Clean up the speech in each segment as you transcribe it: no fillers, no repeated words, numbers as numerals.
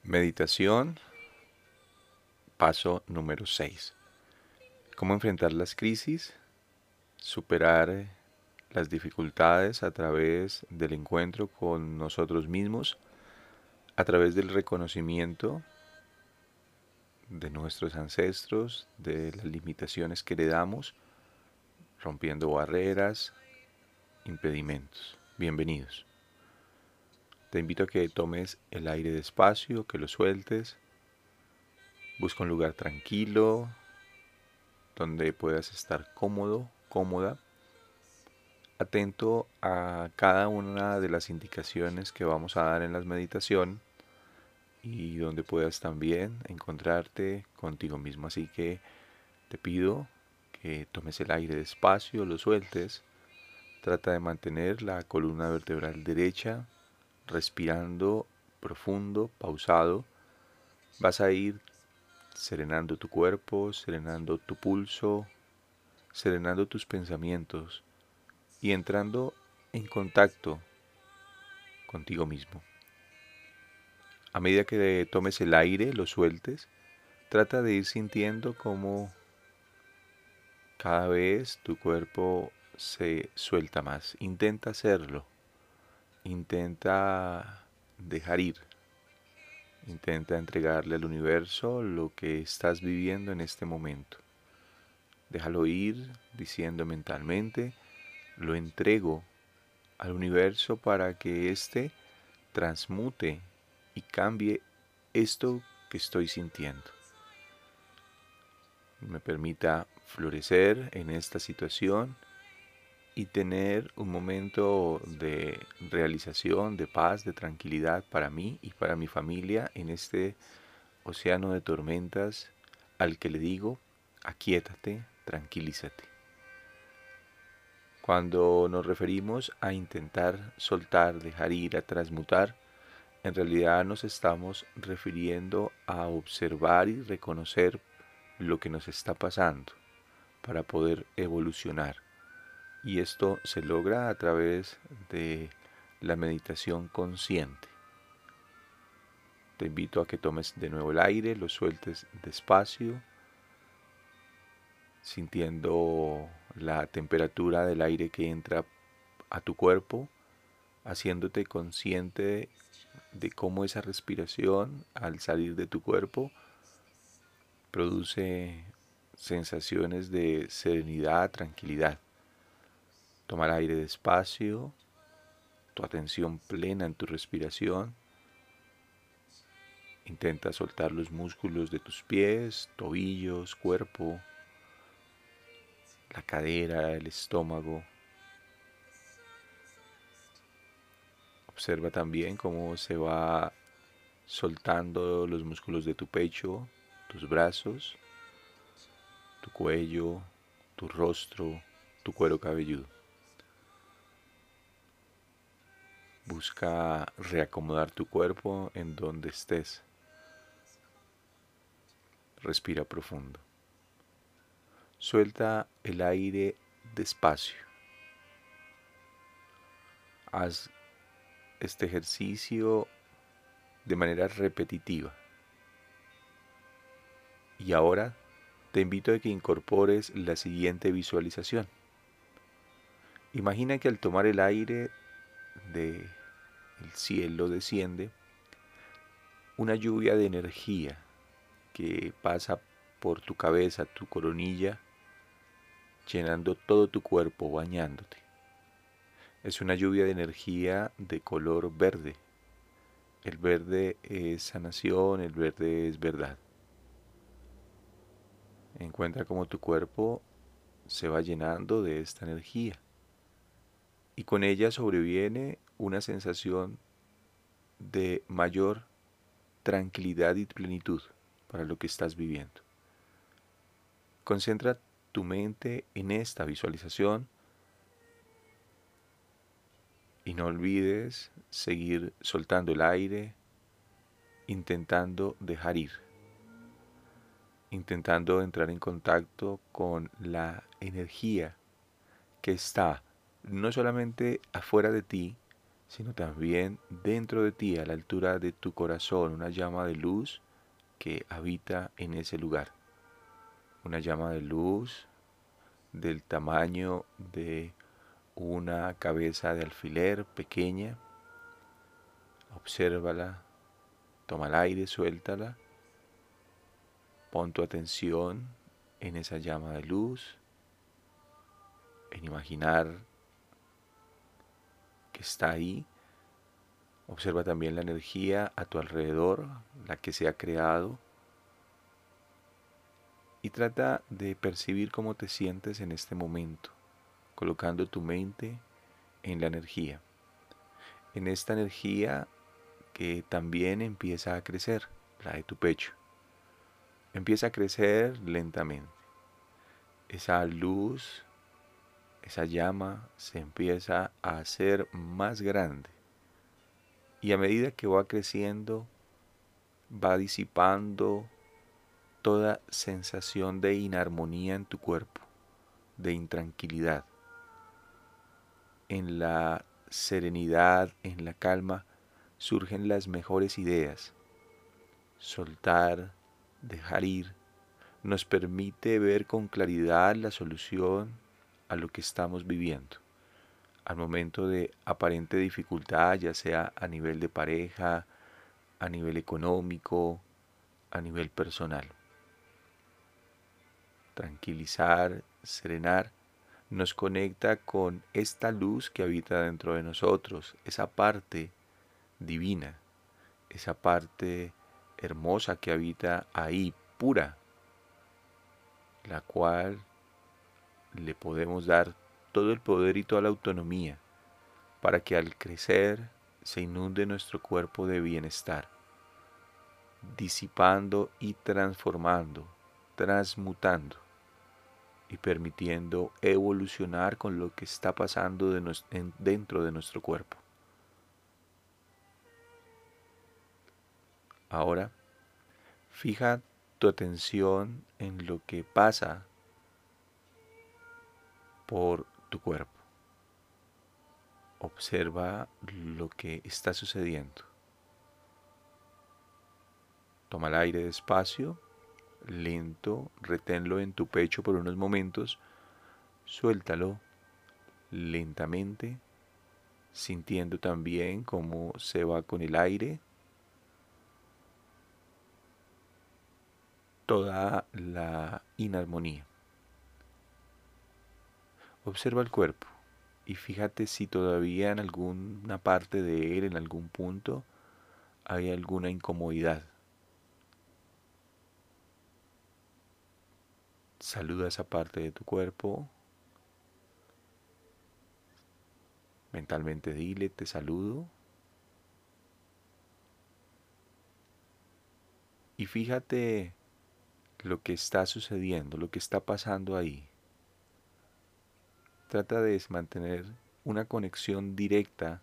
Meditación, paso número 6. ¿Cómo enfrentar las crisis? Superar las dificultades a través del encuentro con nosotros mismos, a través del reconocimiento de nuestros ancestros, de las limitaciones que le damos, rompiendo barreras, impedimentos. Bienvenidos. Te invito a que tomes el aire despacio, que lo sueltes. Busca un lugar tranquilo, donde puedas estar cómodo, cómoda, atento a cada una de las indicaciones que vamos a dar en la meditación y donde puedas también encontrarte contigo mismo. Así que te pido que tomes el aire despacio, lo sueltes, trata de mantener la columna vertebral derecha, respirando profundo, pausado. Vas a ir serenando tu cuerpo, serenando tu pulso, serenando tus pensamientos y entrando en contacto contigo mismo. A medida que tomes el aire, lo sueltes, trata de ir sintiendo cómo cada vez tu cuerpo se suelta más. Intenta hacerlo, intenta dejar ir, intenta entregarle al universo lo que estás viviendo en este momento. Déjalo ir diciendo mentalmente, lo entrego al universo para que éste transmute y cambie esto que estoy sintiendo. Me permita florecer en esta situación y tener un momento de realización, de paz, de tranquilidad para mí y para mi familia en este océano de tormentas al que le digo, aquíétate, tranquilízate. Cuando nos referimos a intentar soltar, dejar ir, a transmutar, en realidad nos estamos refiriendo a observar y reconocer lo que nos está pasando para poder evolucionar. Y esto se logra a través de la meditación consciente. Te invito a que tomes de nuevo el aire, lo sueltes despacio, sintiendo la temperatura del aire que entra a tu cuerpo, haciéndote consciente de cómo esa respiración al salir de tu cuerpo produce sensaciones de serenidad, tranquilidad. Tomar aire despacio, tu atención plena en tu respiración. Intenta soltar los músculos de tus pies, tobillos, cuerpo, la cadera, el estómago. Observa también cómo se va soltando los músculos de tu pecho, tus brazos, tu cuello, tu rostro, tu cuero cabelludo. Busca reacomodar tu cuerpo en donde estés. Respira profundo. Suelta el aire despacio. Haz este ejercicio de manera repetitiva. Y ahora te invito a que incorpores la siguiente visualización. Imagina que al tomar el aire del cielo desciende una lluvia de energía que pasa por tu cabeza, tu coronilla, llenando todo tu cuerpo, bañándote. Es una lluvia de energía de color verde. El verde es sanación, el verde es verdad. Encuentra cómo tu cuerpo se va llenando de esta energía y con ella sobreviene una sensación de mayor tranquilidad y plenitud para lo que estás viviendo. Concentra tu mente en esta visualización y no olvides seguir soltando el aire, intentando dejar ir, intentando entrar en contacto con la energía que está no solamente afuera de ti, sino también dentro de ti, a la altura de tu corazón, una llama de luz que habita en ese lugar. Una llama de luz del tamaño de una cabeza de alfiler pequeña. Obsérvala, toma el aire, suéltala, pon tu atención en esa llama de luz, en imaginar que está ahí. Observa también la energía a tu alrededor, la que se ha creado, y trata de percibir cómo te sientes en este momento, colocando tu mente en la energía. En esta energía que también empieza a crecer, la de tu pecho. Empieza a crecer lentamente. Esa luz, esa llama se empieza a hacer más grande. Y a medida que va creciendo, va disipando toda sensación de inarmonía en tu cuerpo, de intranquilidad. En la serenidad, en la calma, surgen las mejores ideas. Soltar, dejar ir, nos permite ver con claridad la solución a lo que estamos viviendo. Al momento de aparente dificultad, ya sea a nivel de pareja, a nivel económico, a nivel personal. Tranquilizar, serenar, nos conecta con esta luz que habita dentro de nosotros, esa parte divina, esa parte hermosa que habita ahí, pura, la cual le podemos dar todo el poder y toda la autonomía para que al crecer se inunde nuestro cuerpo de bienestar, disipando y transformando, transmutando y permitiendo evolucionar con lo que está pasando dentro de nuestro cuerpo. Ahora, fija tu atención en lo que pasa por tu cuerpo. Observa lo que está sucediendo. Toma el aire despacio, lento, reténlo en tu pecho por unos momentos, suéltalo lentamente, sintiendo también cómo se va con el aire toda la inarmonía. Observa el cuerpo y fíjate si todavía en alguna parte de él, en algún punto, hay alguna incomodidad. Saluda esa parte de tu cuerpo. Mentalmente dile, te saludo. Y fíjate lo que está sucediendo, lo que está pasando ahí. Trata de mantener una conexión directa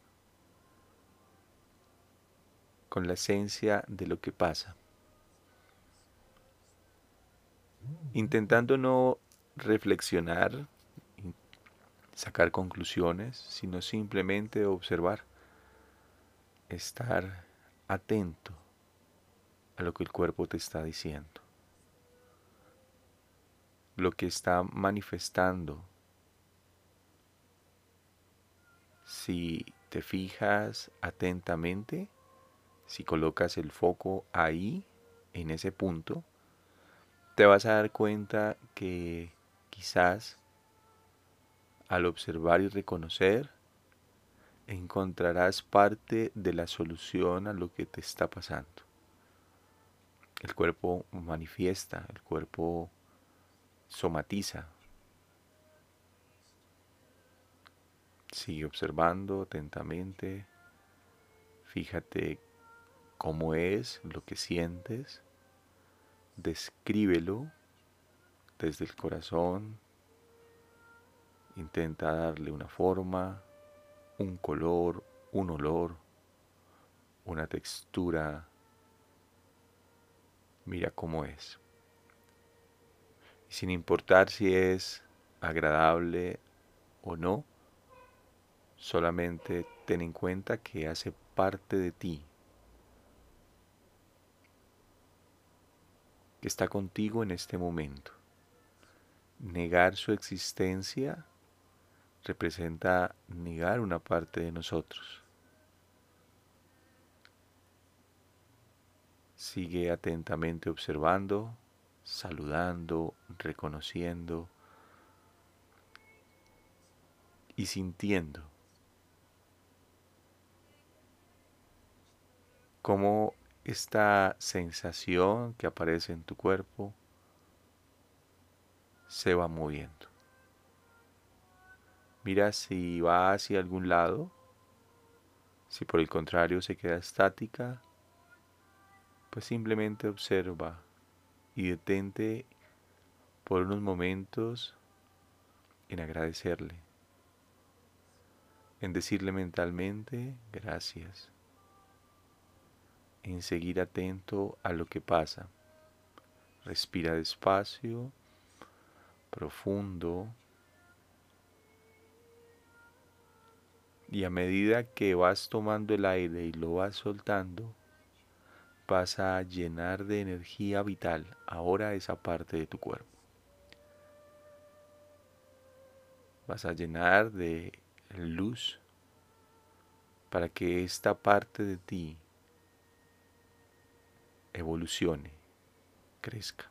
con la esencia de lo que pasa, intentando no reflexionar, sacar conclusiones, sino simplemente observar, estar atento a lo que el cuerpo te está diciendo, lo que está manifestando. Si te fijas atentamente, si colocas el foco ahí, en ese punto, te vas a dar cuenta que quizás al observar y reconocer, encontrarás parte de la solución a lo que te está pasando. El cuerpo manifiesta, el cuerpo somatiza. Sigue observando atentamente, fíjate cómo es lo que sientes, descríbelo desde el corazón, intenta darle una forma, un color, un olor, una textura, mira cómo es. Y sin importar si es agradable o no, solamente ten en cuenta que hace parte de ti, que está contigo en este momento. Negar su existencia representa negar una parte de nosotros. Sigue atentamente observando, saludando, reconociendo y sintiendo cómo esta sensación que aparece en tu cuerpo se va moviendo. Mira si va hacia algún lado, si por el contrario se queda estática, pues simplemente observa y detente por unos momentos en agradecerle, en decirle mentalmente gracias, en seguir atento a lo que pasa. Respira despacio, profundo, y a medida que vas tomando el aire y lo vas soltando, vas a llenar de energía vital ahora esa parte de tu cuerpo. Vas a llenar de luz para que esta parte de ti evolucione, crezca.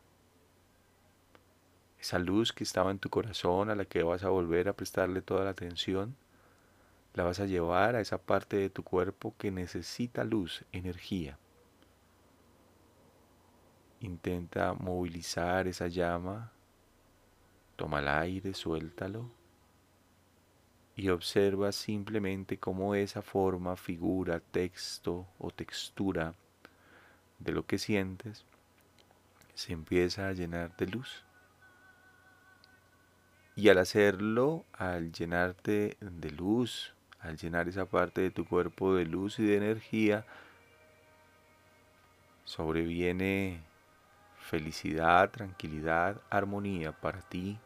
Esa luz que estaba en tu corazón, a la que vas a volver a prestarle toda la atención, la vas a llevar a esa parte de tu cuerpo que necesita luz, energía. Intenta movilizar esa llama, toma el aire, suéltalo y observa simplemente cómo esa forma, figura, texto o textura de lo que sientes se empieza a llenar de luz. Y al hacerlo, al llenarte de luz, al llenar esa parte de tu cuerpo de luz y de energía, sobreviene felicidad, tranquilidad, armonía para ti.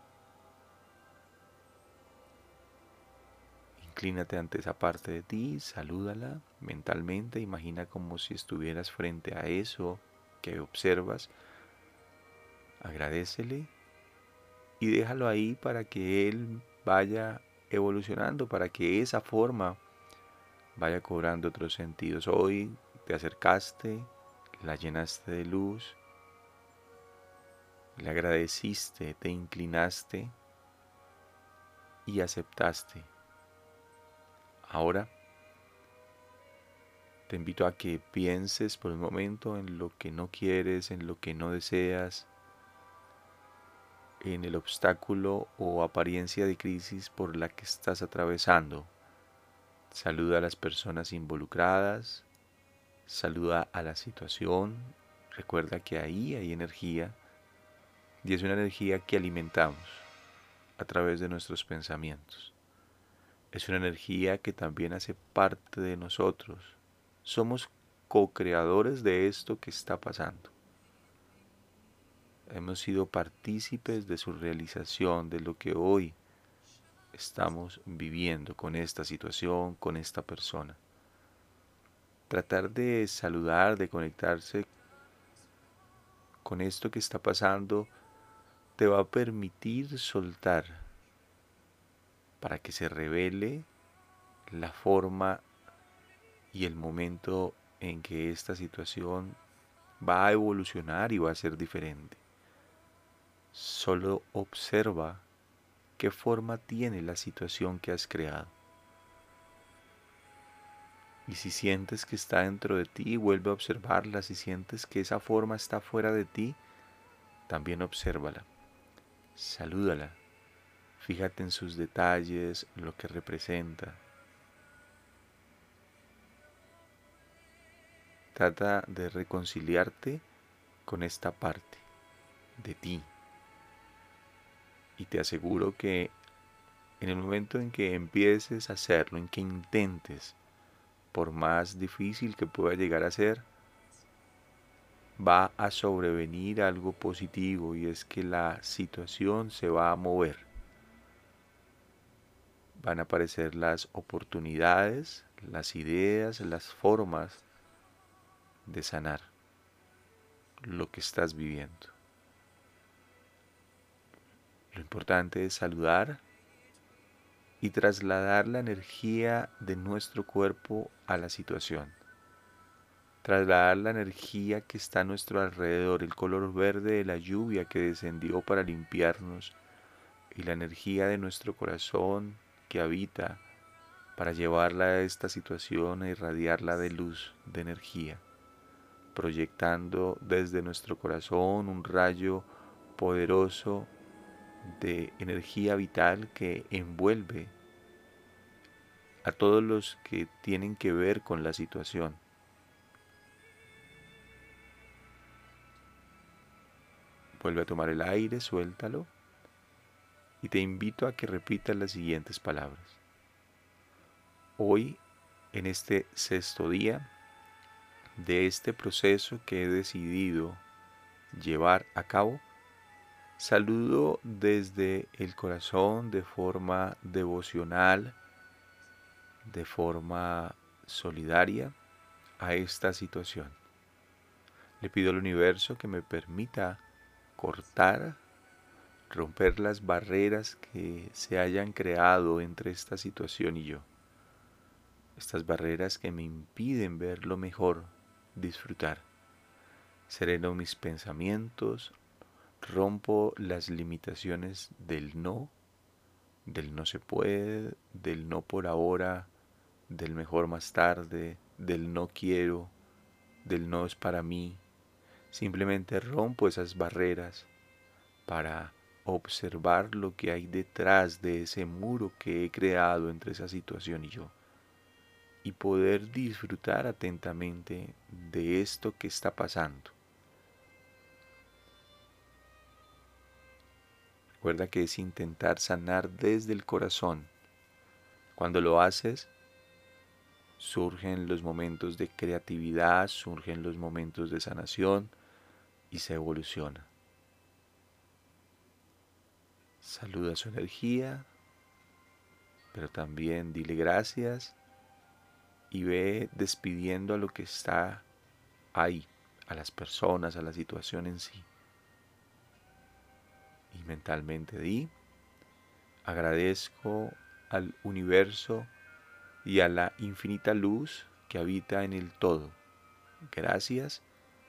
Inclínate ante esa parte de ti, salúdala mentalmente, imagina como si estuvieras frente a eso que observas, agradécele y déjalo ahí para que él vaya evolucionando, para que esa forma vaya cobrando otros sentidos. Hoy te acercaste, la llenaste de luz, le agradeciste, te inclinaste y aceptaste. Ahora te invito a que pienses por un momento en lo que no quieres, en lo que no deseas, en el obstáculo o apariencia de crisis por la que estás atravesando. Saluda a las personas involucradas, saluda a la situación, recuerda que ahí hay energía y es una energía que alimentamos a través de nuestros pensamientos. Es una energía que también hace parte de nosotros. Somos co-creadores de esto que está pasando. Hemos sido partícipes de su realización, de lo que hoy estamos viviendo con esta situación, con esta persona. Tratar de saludar, de conectarse con esto que está pasando, te va a permitir soltar para que se revele la forma y el momento en que esta situación va a evolucionar y va a ser diferente. Solo observa qué forma tiene la situación que has creado. Y si sientes que está dentro de ti, vuelve a observarla. Si sientes que esa forma está fuera de ti, también obsérvala. Salúdala. Fíjate en sus detalles, lo que representa. Trata de reconciliarte con esta parte de ti. Y te aseguro que en el momento en que empieces a hacerlo, en que intentes, por más difícil que pueda llegar a ser, va a sobrevenir algo positivo y es que la situación se va a mover. van a aparecer las oportunidades, las ideas, las formas de sanar lo que estás viviendo. Lo importante es saludar y trasladar la energía de nuestro cuerpo a la situación. Trasladar la energía que está a nuestro alrededor, el color verde de la lluvia que descendió para limpiarnos y la energía de nuestro corazón que habita para llevarla a esta situación e irradiarla de luz, de energía, proyectando desde nuestro corazón un rayo poderoso de energía vital que envuelve a todos los que tienen que ver con la situación. Vuelve a tomar el aire, suéltalo y te invito a que repitas las siguientes palabras. Hoy, en este sexto día de este proceso que he decidido llevar a cabo, saludo desde el corazón de forma devocional, de forma solidaria a esta situación. Le pido al universo que me permita cortar, romper las barreras que se hayan creado entre esta situación y yo. Estas barreras que me impiden ver lo mejor, disfrutar. Sereno mis pensamientos, rompo las limitaciones del no se puede, del no por ahora, del mejor más tarde, del no quiero, del no es para mí. Simplemente rompo esas barreras para observar lo que hay detrás de ese muro que he creado entre esa situación y yo, y poder disfrutar atentamente de esto que está pasando. Recuerda que es intentar sanar desde el corazón. Cuando lo haces, surgen los momentos de creatividad, surgen los momentos de sanación y se evoluciona. Saluda su energía, pero también dile gracias y ve despidiendo a lo que está ahí, a las personas, a la situación en sí. Y mentalmente di, agradezco al universo y a la infinita luz que habita en el todo. Gracias.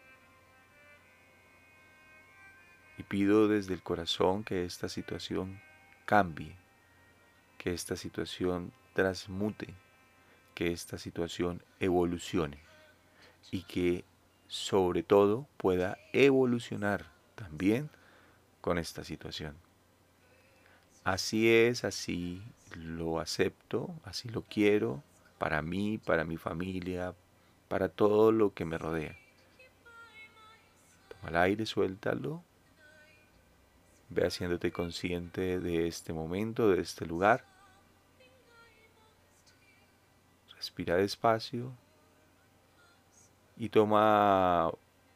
Y pido desde el corazón que esta situación cambie, que esta situación transmute, que esta situación evolucione y que sobre todo pueda evolucionar también con esta situación. Así es, así lo acepto, así lo quiero, para mí, para mi familia, para todo lo que me rodea. Toma el aire, suéltalo, ve haciéndote consciente de este momento, de este lugar. Respira despacio y toma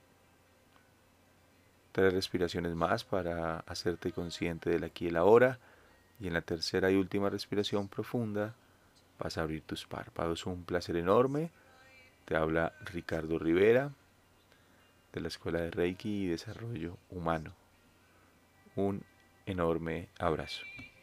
3 respiraciones más para hacerte consciente del aquí y el ahora. Y en la tercera y última respiración profunda vas a abrir tus párpados. Un placer enorme. Te habla Ricardo Rivera de la Escuela de Reiki y Desarrollo Humano. Un enorme abrazo.